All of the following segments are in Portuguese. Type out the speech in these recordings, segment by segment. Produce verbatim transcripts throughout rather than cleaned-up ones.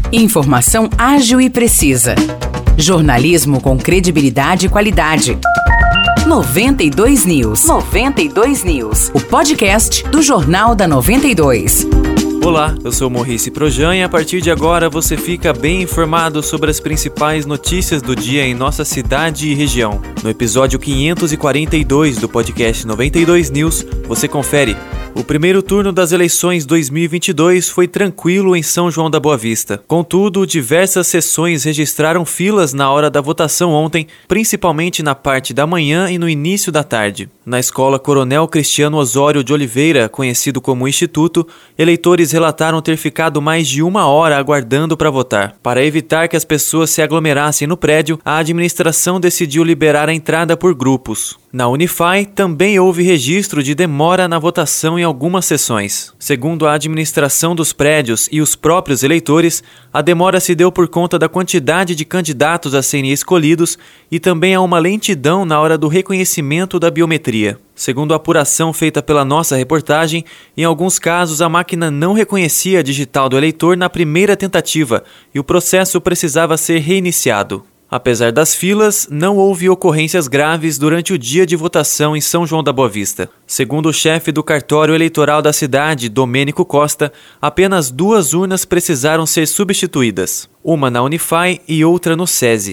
Informação ágil e precisa. Jornalismo com credibilidade e qualidade. noventa e dois News. noventa e dois News. O podcast do Jornal da noventa e dois. Olá, eu sou Maurice Projan e a partir de agora você fica bem informado sobre as principais notícias do dia em nossa cidade e região. No episódio quinhentos e quarenta e dois do podcast noventa e dois News, você confere. O primeiro turno das eleições dois mil e vinte e dois foi tranquilo em São João da Boa Vista. Contudo, diversas sessões registraram filas na hora da votação ontem, principalmente na parte da manhã e no início da tarde. Na escola Coronel Cristiano Osório de Oliveira, conhecido como Instituto, eleitores relataram ter ficado mais de uma hora aguardando para votar. Para evitar que as pessoas se aglomerassem no prédio, a administração decidiu liberar a entrada por grupos. Na Unify, também houve registro de demora na votação em algumas sessões. Segundo a administração dos prédios e os próprios eleitores, a demora se deu por conta da quantidade de candidatos a serem escolhidos e também a uma lentidão na hora do reconhecimento da biometria. Segundo a apuração feita pela nossa reportagem, em alguns casos a máquina não reconhecia a digital do eleitor na primeira tentativa e o processo precisava ser reiniciado. Apesar das filas, não houve ocorrências graves durante o dia de votação em São João da Boa Vista. Segundo o chefe do cartório eleitoral da cidade, Domênico Costa, apenas duas urnas precisaram ser substituídas, uma na Unify e outra no SESI.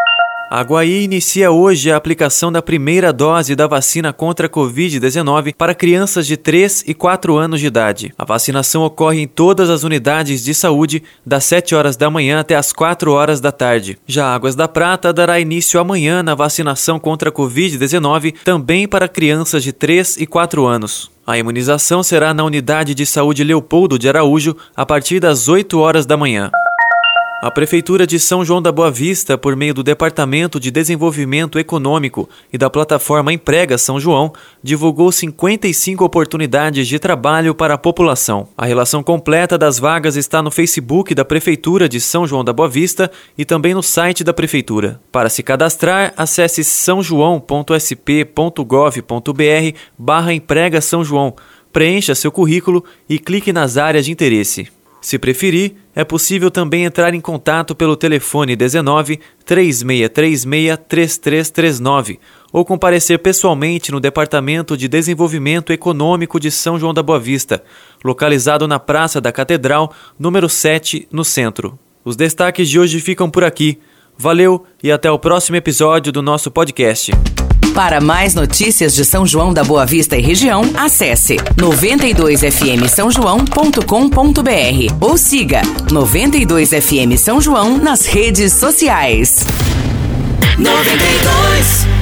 A Guaí inicia hoje a aplicação da primeira dose da vacina contra a covid dezenove para crianças de três e quatro anos de idade. A vacinação ocorre em todas as unidades de saúde, das sete horas da manhã até as quatro horas da tarde. Já Águas da Prata dará início amanhã na vacinação contra a covid dezenove, também para crianças de três e quatro anos. A imunização será na unidade de saúde Leopoldo de Araújo, a partir das oito horas da manhã. A Prefeitura de São João da Boa Vista, por meio do Departamento de Desenvolvimento Econômico e da plataforma Emprega São João, divulgou cinquenta e cinco oportunidades de trabalho para a população. A relação completa das vagas está no Facebook da Prefeitura de São João da Boa Vista e também no site da Prefeitura. Para se cadastrar, acesse sãojoão.sp.gov.br barra Emprega São João, preencha seu currículo e clique nas áreas de interesse. Se preferir, é possível também entrar em contato pelo telefone dezenove, três seis três seis, três três três nove ou comparecer pessoalmente no Departamento de Desenvolvimento Econômico de São João da Boa Vista, localizado na Praça da Catedral, número sete, no centro. Os destaques de hoje ficam por aqui. Valeu e até o próximo episódio do nosso podcast. Para mais notícias de São João da Boa Vista e região, acesse noventa e dois f m são joão ponto com ponto b r ou siga noventa e dois F M São João nas redes sociais. noventa e dois